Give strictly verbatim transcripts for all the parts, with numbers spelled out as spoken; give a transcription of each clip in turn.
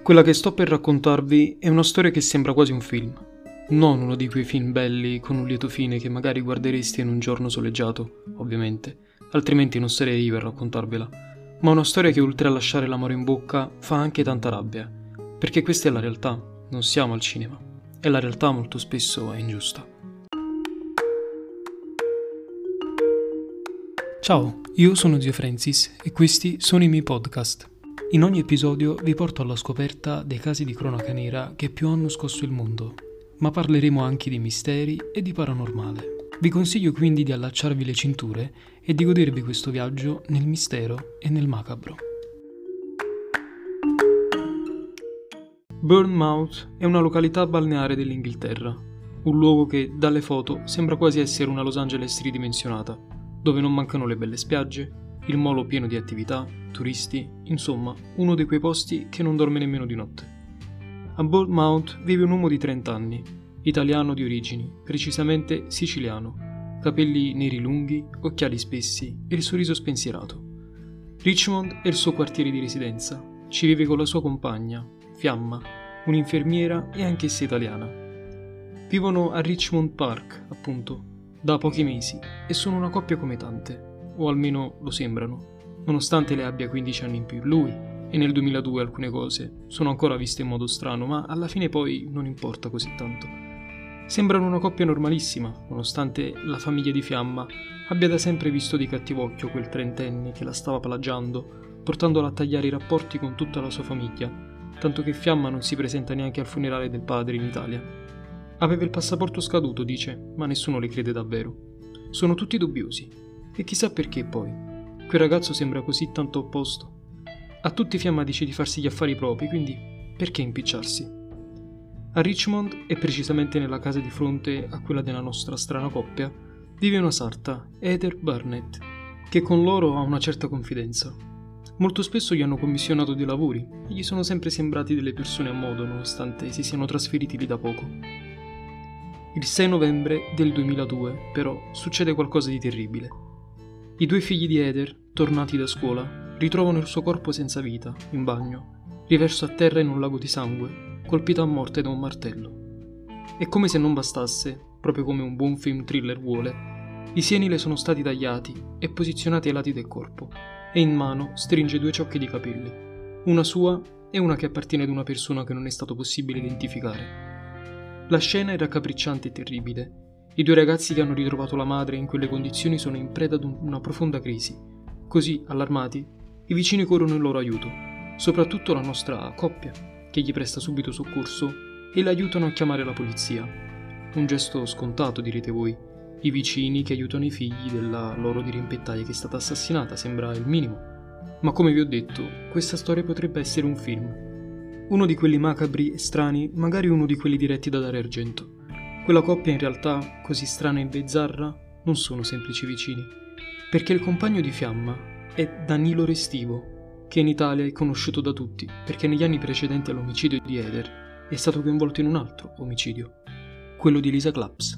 Quella che sto per raccontarvi è una storia che sembra quasi un film. Non uno di quei film belli con un lieto fine che magari guarderesti in un giorno soleggiato, ovviamente, altrimenti non sarei io a raccontarvela, ma una storia che oltre a lasciare l'amore in bocca fa anche tanta rabbia, perché questa è la realtà, non siamo al cinema, e la realtà molto spesso è ingiusta. Ciao, io sono Zio Francis e questi sono i miei podcast. In ogni episodio vi porto alla scoperta dei casi di cronaca nera che più hanno scosso il mondo, ma parleremo anche di misteri e di paranormale. Vi consiglio quindi di allacciarvi le cinture e di godervi questo viaggio nel mistero e nel macabro. Bournemouth è una località balneare dell'Inghilterra, un luogo che dalle foto sembra quasi essere una Los Angeles ridimensionata, dove non mancano le belle spiagge, il molo pieno di attività, turisti, insomma, uno di quei posti che non dorme nemmeno di notte. A Bournemouth vive un uomo di trenta anni, italiano di origini, precisamente siciliano, capelli neri lunghi, occhiali spessi e il sorriso spensierato. Richmond è il suo quartiere di residenza, ci vive con la sua compagna, Fiamma, un'infermiera e anch'essa italiana. Vivono a Richmond Park, appunto, da pochi mesi e sono una coppia come tante. O almeno lo sembrano, nonostante le abbia quindici anni in più lui, e nel duemiladue alcune cose sono ancora viste in modo strano, ma alla fine poi non importa così tanto. Sembrano una coppia normalissima, nonostante la famiglia di Fiamma abbia da sempre visto di cattivo occhio quel trentenne che la stava plagiando, portandola a tagliare i rapporti con tutta la sua famiglia, tanto che Fiamma non si presenta neanche al funerale del padre in Italia. Aveva il passaporto scaduto, dice, ma nessuno le crede davvero. Sono tutti dubbiosi. E chissà perché poi. Quel ragazzo sembra così tanto opposto. A tutti Fiamma dice di farsi gli affari propri, quindi perché impicciarsi? A Richmond, e precisamente nella casa di fronte a quella della nostra strana coppia, vive una sarta, Heather Burnett, che con loro ha una certa confidenza. Molto spesso gli hanno commissionato dei lavori e gli sono sempre sembrati delle persone a modo, nonostante si siano trasferiti lì da poco. Il sei novembre del duemiladue, però, succede qualcosa di terribile. I due figli di Heather, tornati da scuola, ritrovano il suo corpo senza vita, in bagno, riverso a terra in un lago di sangue, colpito a morte da un martello. E come se non bastasse, proprio come un buon film thriller vuole, i sieni le sono stati tagliati e posizionati ai lati del corpo, e in mano stringe due ciocche di capelli, una sua e una che appartiene ad una persona che non è stato possibile identificare. La scena è raccapricciante e terribile. I due ragazzi che hanno ritrovato la madre in quelle condizioni sono in preda ad una profonda crisi. Così, allarmati, i vicini corrono in loro aiuto, soprattutto la nostra coppia, che gli presta subito soccorso e l'aiutano a chiamare la polizia. Un gesto scontato, direte voi. I vicini che aiutano i figli della loro dirimpettaia che è stata assassinata, sembra il minimo. Ma come vi ho detto, questa storia potrebbe essere un film. Uno di quelli macabri e strani, magari uno di quelli diretti da Dario Argento. Quella coppia in realtà, così strana e bizzarra, non sono semplici vicini, perché il compagno di Fiamma è Danilo Restivo, che in Italia è conosciuto da tutti, perché negli anni precedenti all'omicidio di Heather è stato coinvolto in un altro omicidio, quello di Elisa Claps.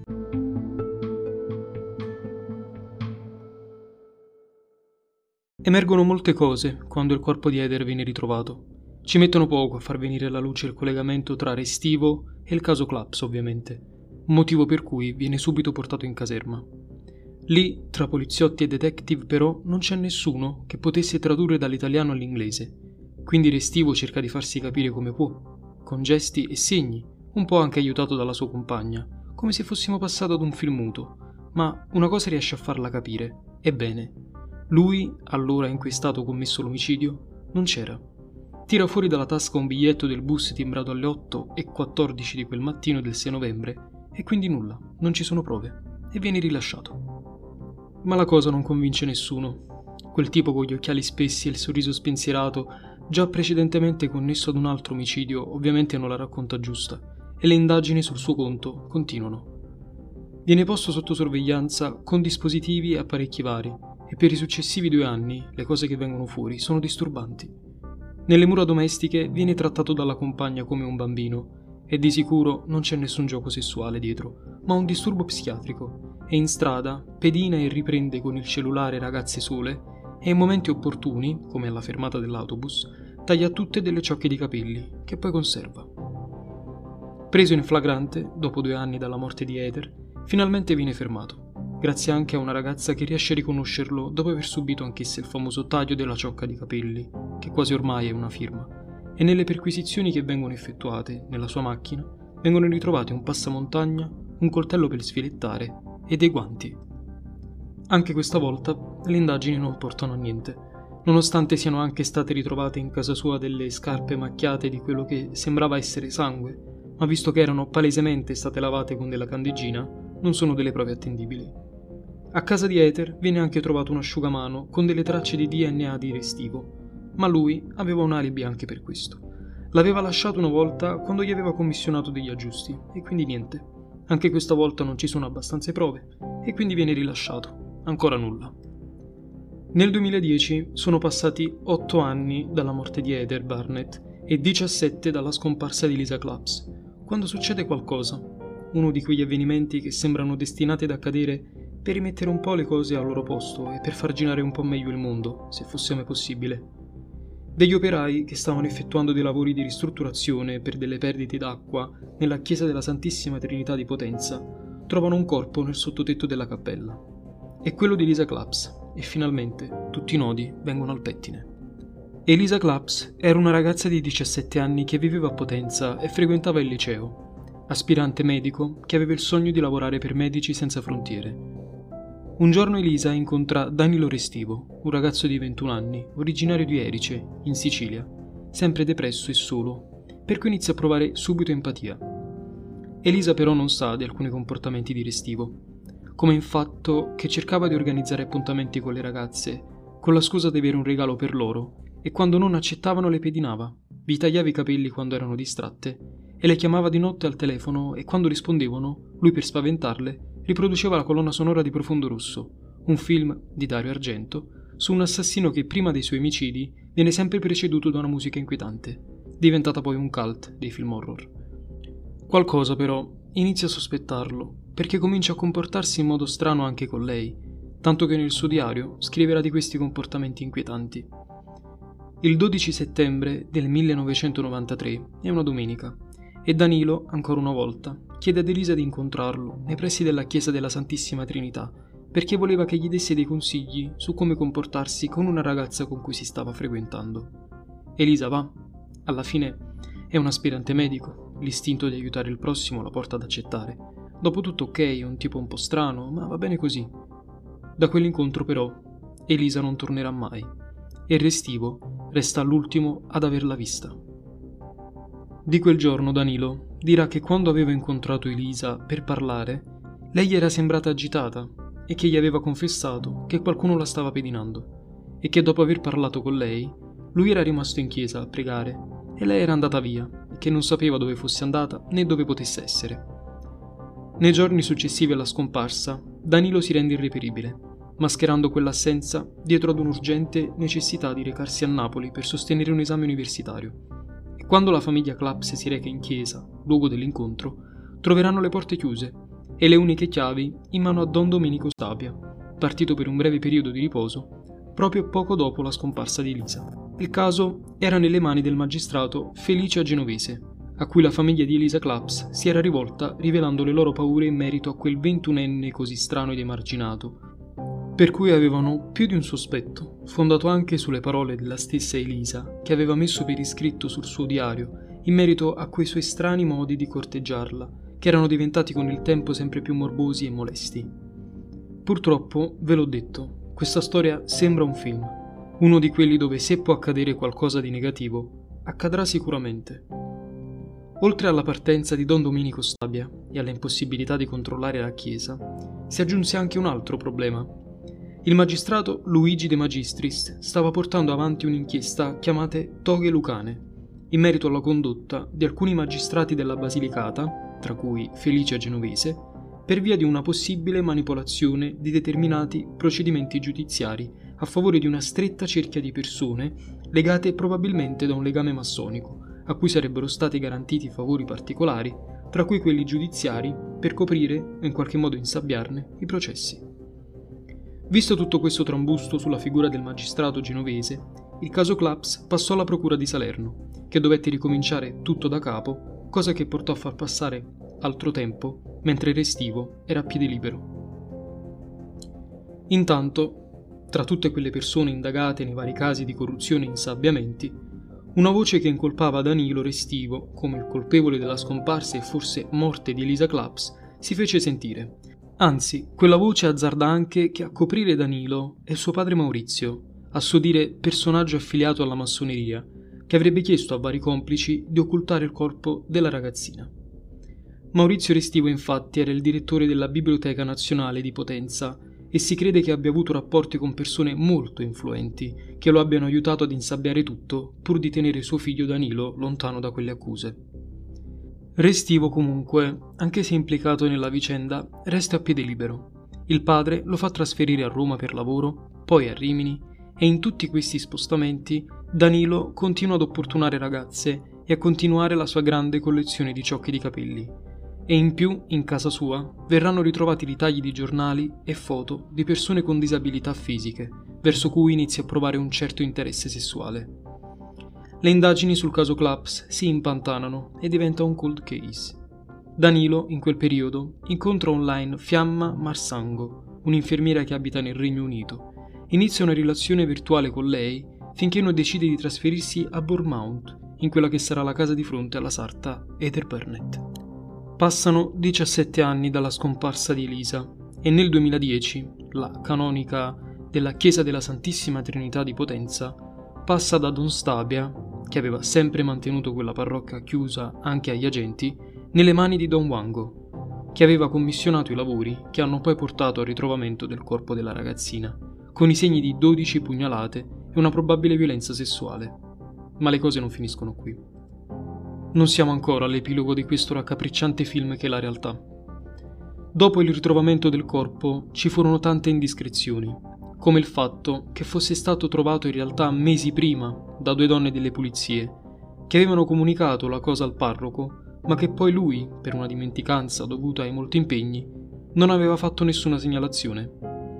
Emergono molte cose quando il corpo di Heather viene ritrovato. Ci mettono poco a far venire alla luce il collegamento tra Restivo e il caso Claps, ovviamente, motivo per cui viene subito portato in caserma. Lì, tra poliziotti e detective, però, non c'è nessuno che potesse tradurre dall'italiano all'inglese, quindi Restivo cerca di farsi capire come può, con gesti e segni, un po' anche aiutato dalla sua compagna, come se fossimo passati ad un film muto, ma una cosa riesce a farla capire, ebbene, lui, allora in cui è stato commesso l'omicidio, non c'era. Tira fuori dalla tasca un biglietto del bus timbrato alle otto e quattordici di quel mattino del sei novembre e quindi nulla, non ci sono prove, e viene rilasciato. Ma la cosa non convince nessuno. Quel tipo con gli occhiali spessi e il sorriso spensierato, già precedentemente connesso ad un altro omicidio, ovviamente non la racconta giusta, e le indagini sul suo conto continuano. Viene posto sotto sorveglianza con dispositivi e apparecchi vari, e per i successivi due anni le cose che vengono fuori sono disturbanti. Nelle mura domestiche viene trattato dalla compagna come un bambino e di sicuro non c'è nessun gioco sessuale dietro, ma un disturbo psichiatrico, e in strada pedina e riprende con il cellulare ragazze sole e in momenti opportuni, come alla fermata dell'autobus, taglia tutte delle ciocche di capelli, che poi conserva. Preso in flagrante, dopo due anni dalla morte di Heather, finalmente viene fermato, grazie anche a una ragazza che riesce a riconoscerlo dopo aver subito anch'essa il famoso taglio della ciocca di capelli, che quasi ormai è una firma, e nelle perquisizioni che vengono effettuate nella sua macchina vengono ritrovati un passamontagna, un coltello per sfilettare e dei guanti. Anche questa volta le indagini non portano a niente, nonostante siano anche state ritrovate in casa sua delle scarpe macchiate di quello che sembrava essere sangue, ma visto che erano palesemente state lavate con della candeggina, non sono delle prove attendibili. A casa di Heather viene anche trovato un asciugamano con delle tracce di D N A di Restivo, ma lui aveva un alibi anche per questo. L'aveva lasciato una volta quando gli aveva commissionato degli aggiusti, e quindi niente. Anche questa volta non ci sono abbastanza prove, e quindi viene rilasciato. Ancora nulla. Nel duemiladieci sono passati otto anni dalla morte di Heather Barnett e diciassette dalla scomparsa di Lisa Claps, quando succede qualcosa, uno di quegli avvenimenti che sembrano destinati ad accadere per rimettere un po' le cose al loro posto e per far girare un po' meglio il mondo, se fosse mai possibile. Degli operai che stavano effettuando dei lavori di ristrutturazione per delle perdite d'acqua nella chiesa della Santissima Trinità di Potenza trovano un corpo nel sottotetto della cappella. È quello di Lisa Claps e finalmente tutti i nodi vengono al pettine. Elisa Claps era una ragazza di diciassette anni che viveva a Potenza e frequentava il liceo, aspirante medico che aveva il sogno di lavorare per Medici Senza Frontiere. Un giorno Elisa incontra Danilo Restivo, un ragazzo di ventuno anni, originario di Erice, in Sicilia, sempre depresso e solo, per cui inizia a provare subito empatia. Elisa però non sa di alcuni comportamenti di Restivo, come il fatto che cercava di organizzare appuntamenti con le ragazze con la scusa di avere un regalo per loro e quando non accettavano le pedinava, vi tagliava i capelli quando erano distratte e le chiamava di notte al telefono e quando rispondevano, lui per spaventarle riproduceva la colonna sonora di Profondo Rosso, un film di Dario Argento su un assassino che prima dei suoi omicidi viene sempre preceduto da una musica inquietante, diventata poi un cult dei film horror. Qualcosa però inizia a sospettarlo, perché comincia a comportarsi in modo strano anche con lei, tanto che nel suo diario scriverà di questi comportamenti inquietanti. Il dodici settembre del millenovecentonovantatré è una domenica e Danilo, ancora una volta, chiede ad Elisa di incontrarlo nei pressi della chiesa della Santissima Trinità perché voleva che gli desse dei consigli su come comportarsi con una ragazza con cui si stava frequentando. Elisa va. Alla fine è un aspirante medico, l'istinto di aiutare il prossimo la porta ad accettare. Dopotutto ok, è un tipo un po' strano, ma va bene così. Da quell'incontro però Elisa non tornerà mai e Restivo resta l'ultimo ad averla vista. Di quel giorno Danilo dirà che quando aveva incontrato Elisa per parlare, lei gli era sembrata agitata e che gli aveva confessato che qualcuno la stava pedinando e che dopo aver parlato con lei, lui era rimasto in chiesa a pregare e lei era andata via e che non sapeva dove fosse andata né dove potesse essere. Nei giorni successivi alla scomparsa, Danilo si rende irreperibile, mascherando quell'assenza dietro ad un'urgente necessità di recarsi a Napoli per sostenere un esame universitario. E quando la famiglia Claps si reca in chiesa, luogo dell'incontro, troveranno le porte chiuse e le uniche chiavi in mano a Don Domenico Stapia, partito per un breve periodo di riposo, proprio poco dopo la scomparsa di Elisa. Il caso era nelle mani del magistrato Felicia Genovese, a cui la famiglia di Elisa Claps si era rivolta rivelando le loro paure in merito a quel ventunenne così strano ed emarginato, per cui avevano più di un sospetto, fondato anche sulle parole della stessa Elisa, che aveva messo per iscritto sul suo diario in merito a quei suoi strani modi di corteggiarla, che erano diventati con il tempo sempre più morbosi e molesti. Purtroppo, ve l'ho detto, questa storia sembra un film, uno di quelli dove se può accadere qualcosa di negativo, accadrà sicuramente. Oltre alla partenza di Don Domenico Stapia e alla impossibilità di controllare la chiesa, si aggiunse anche un altro problema. Il magistrato Luigi De Magistris stava portando avanti un'inchiesta chiamata Toghe Lucane, in merito alla condotta di alcuni magistrati della Basilicata, tra cui Felicia Genovese, per via di una possibile manipolazione di determinati procedimenti giudiziari a favore di una stretta cerchia di persone legate probabilmente da un legame massonico, a cui sarebbero stati garantiti favori particolari, tra cui quelli giudiziari, per coprire o in qualche modo insabbiarne i processi. Visto tutto questo trambusto sulla figura del magistrato genovese, il caso Claps passò alla procura di Salerno, che dovette ricominciare tutto da capo, cosa che portò a far passare altro tempo, mentre Restivo era a piede libero. Intanto, tra tutte quelle persone indagate nei vari casi di corruzione e insabbiamenti, una voce che incolpava Danilo Restivo come il colpevole della scomparsa e forse morte di Elisa Claps si fece sentire. Anzi, quella voce azzarda anche che a coprire Danilo è suo padre Maurizio, a suo dire personaggio affiliato alla massoneria, che avrebbe chiesto a vari complici di occultare il corpo della ragazzina. Maurizio Restivo infatti era il direttore della Biblioteca Nazionale di Potenza e si crede che abbia avuto rapporti con persone molto influenti che lo abbiano aiutato ad insabbiare tutto pur di tenere suo figlio Danilo lontano da quelle accuse. Restivo comunque, anche se implicato nella vicenda, resta a piede libero. Il padre lo fa trasferire a Roma per lavoro, poi a Rimini, e in tutti questi spostamenti Danilo continua ad opportunare ragazze e a continuare la sua grande collezione di ciocche di capelli. E in più, in casa sua, verranno ritrovati ritagli di giornali e foto di persone con disabilità fisiche, verso cui inizia a provare un certo interesse sessuale. Le indagini sul caso Claps si impantanano e diventa un cold case. Danilo, in quel periodo, incontra online Fiamma Marsango, un'infermiera che abita nel Regno Unito. Inizia una relazione virtuale con lei finché non decide di trasferirsi a Bournemouth, in quella che sarà la casa di fronte alla sarta Heather Burnett. Passano diciassette anni dalla scomparsa di Elisa e nel duemiladieci la canonica della Chiesa della Santissima Trinità di Potenza passa da Don Stabia, che aveva sempre mantenuto quella parrocchia chiusa anche agli agenti, nelle mani di Don Wango, che aveva commissionato i lavori che hanno poi portato al ritrovamento del corpo della ragazzina, con i segni di dodici pugnalate e una probabile violenza sessuale. Ma le cose non finiscono qui. Non siamo ancora all'epilogo di questo raccapricciante film che è la realtà. Dopo il ritrovamento del corpo ci furono tante indiscrezioni, come il fatto che fosse stato trovato in realtà mesi prima da due donne delle pulizie, che avevano comunicato la cosa al parroco, ma che poi lui, per una dimenticanza dovuta ai molti impegni, non aveva fatto nessuna segnalazione.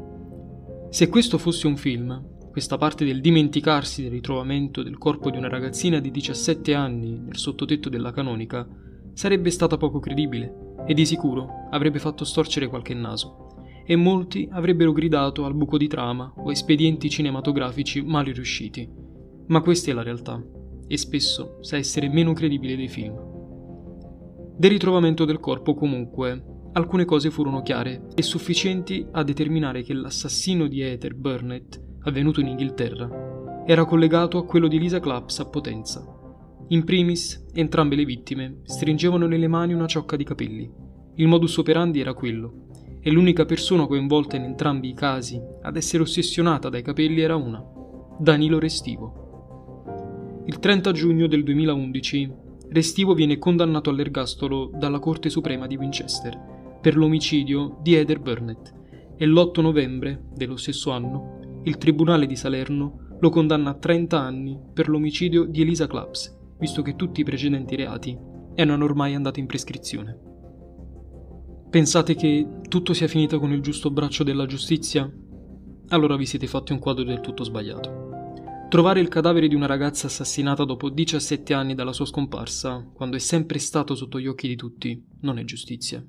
Se questo fosse un film, questa parte del dimenticarsi del ritrovamento del corpo di una ragazzina di diciassette anni nel sottotetto della canonica sarebbe stata poco credibile e di sicuro avrebbe fatto storcere qualche naso e molti avrebbero gridato al buco di trama o espedienti cinematografici mal riusciti. Ma questa è la realtà e spesso sa essere meno credibile dei film. Del ritrovamento del corpo comunque alcune cose furono chiare e sufficienti a determinare che l'assassino di Heather Burnett, avvenuto in Inghilterra, era collegato a quello di Elisa Claps a Potenza. In primis, entrambe le vittime stringevano nelle mani una ciocca di capelli. Il modus operandi era quello, e l'unica persona coinvolta in entrambi i casi ad essere ossessionata dai capelli era una, Danilo Restivo. Il trenta giugno del duemilaundici, Restivo viene condannato all'ergastolo dalla Corte Suprema di Winchester per l'omicidio di Heather Burnett e l'otto novembre dello stesso anno il Tribunale di Salerno lo condanna a trenta anni per l'omicidio di Elisa Claps, visto che tutti i precedenti reati erano ormai andati in prescrizione. Pensate che tutto sia finito con il giusto braccio della giustizia? Allora vi siete fatti un quadro del tutto sbagliato. Trovare il cadavere di una ragazza assassinata dopo diciassette anni dalla sua scomparsa, quando è sempre stato sotto gli occhi di tutti, non è giustizia.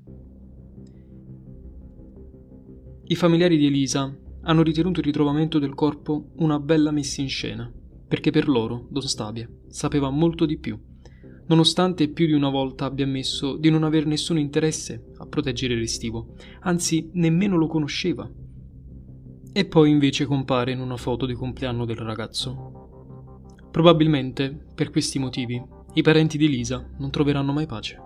I familiari di Elisa hanno ritenuto il ritrovamento del corpo una bella messa in scena, perché per loro Don Stabia sapeva molto di più, nonostante più di una volta abbia ammesso di non aver nessun interesse a proteggere Restivo, anzi nemmeno lo conosceva. E poi invece compare in una foto di compleanno del ragazzo. Probabilmente, per questi motivi, i parenti di Elisa non troveranno mai pace.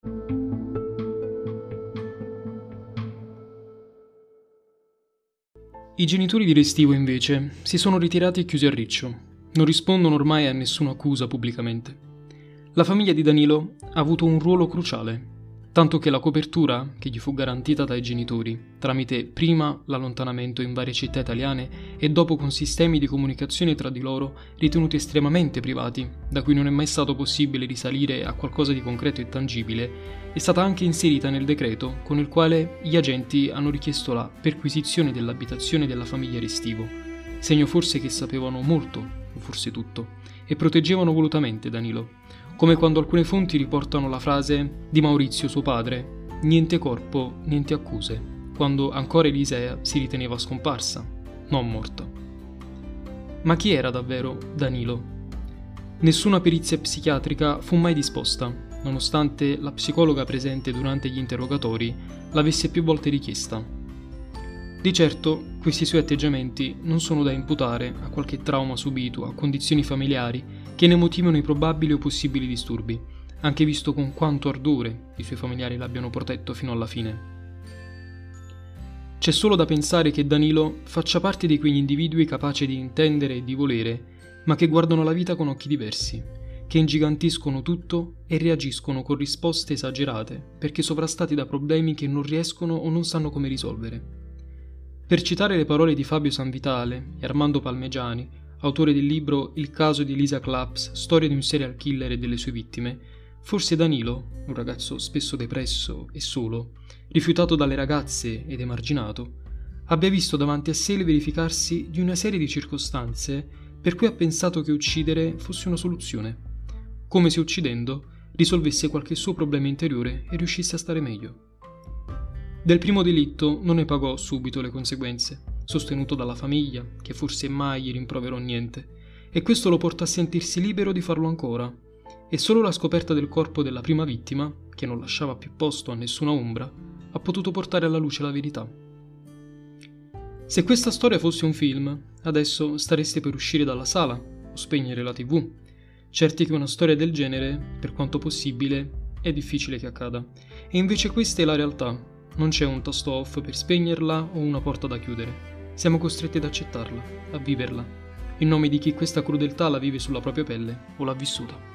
I genitori di Restivo, invece, si sono ritirati e chiusi a riccio. Non rispondono ormai a nessuna accusa pubblicamente. La famiglia di Danilo ha avuto un ruolo cruciale, tanto che la copertura che gli fu garantita dai genitori, tramite prima l'allontanamento in varie città italiane e dopo con sistemi di comunicazione tra di loro ritenuti estremamente privati, da cui non è mai stato possibile risalire a qualcosa di concreto e tangibile, è stata anche inserita nel decreto con il quale gli agenti hanno richiesto la perquisizione dell'abitazione della famiglia Restivo, segno forse che sapevano molto o forse tutto, e proteggevano volutamente Danilo, come quando alcune fonti riportano la frase di Maurizio suo padre: niente corpo, niente accuse, quando ancora Elisea si riteneva scomparsa, non morta. Ma chi era davvero Danilo? Nessuna perizia psichiatrica fu mai disposta, nonostante la psicologa presente durante gli interrogatori l'avesse più volte richiesta. Di certo, questi suoi atteggiamenti non sono da imputare a qualche trauma subito, a condizioni familiari che ne motivano i probabili o possibili disturbi, anche visto con quanto ardore i suoi familiari l'abbiano protetto fino alla fine. C'è solo da pensare che Danilo faccia parte di quegli individui capaci di intendere e di volere, ma che guardano la vita con occhi diversi, che ingigantiscono tutto e reagiscono con risposte esagerate perché sovrastati da problemi che non riescono o non sanno come risolvere. Per citare le parole di Fabio Sanvitale e Armando Palmegiani, autore del libro Il caso di Elisa Claps, storia di un serial killer e delle sue vittime, forse Danilo, un ragazzo spesso depresso e solo, rifiutato dalle ragazze ed emarginato, abbia visto davanti a sé il verificarsi di una serie di circostanze per cui ha pensato che uccidere fosse una soluzione, come se uccidendo risolvesse qualche suo problema interiore e riuscisse a stare meglio. Del primo delitto non ne pagò subito le conseguenze, sostenuto dalla famiglia, che forse mai gli rimproverò niente, e questo lo portò a sentirsi libero di farlo ancora, e solo la scoperta del corpo della prima vittima, che non lasciava più posto a nessuna ombra, ha potuto portare alla luce la verità. Se questa storia fosse un film, adesso stareste per uscire dalla sala o spegnere la tivù, certi che una storia del genere, per quanto possibile, è difficile che accada, e invece questa è la realtà. Non c'è un tasto off per spegnerla o una porta da chiudere. Siamo costretti ad accettarla, a viverla, in nome di chi questa crudeltà la vive sulla propria pelle o l'ha vissuta.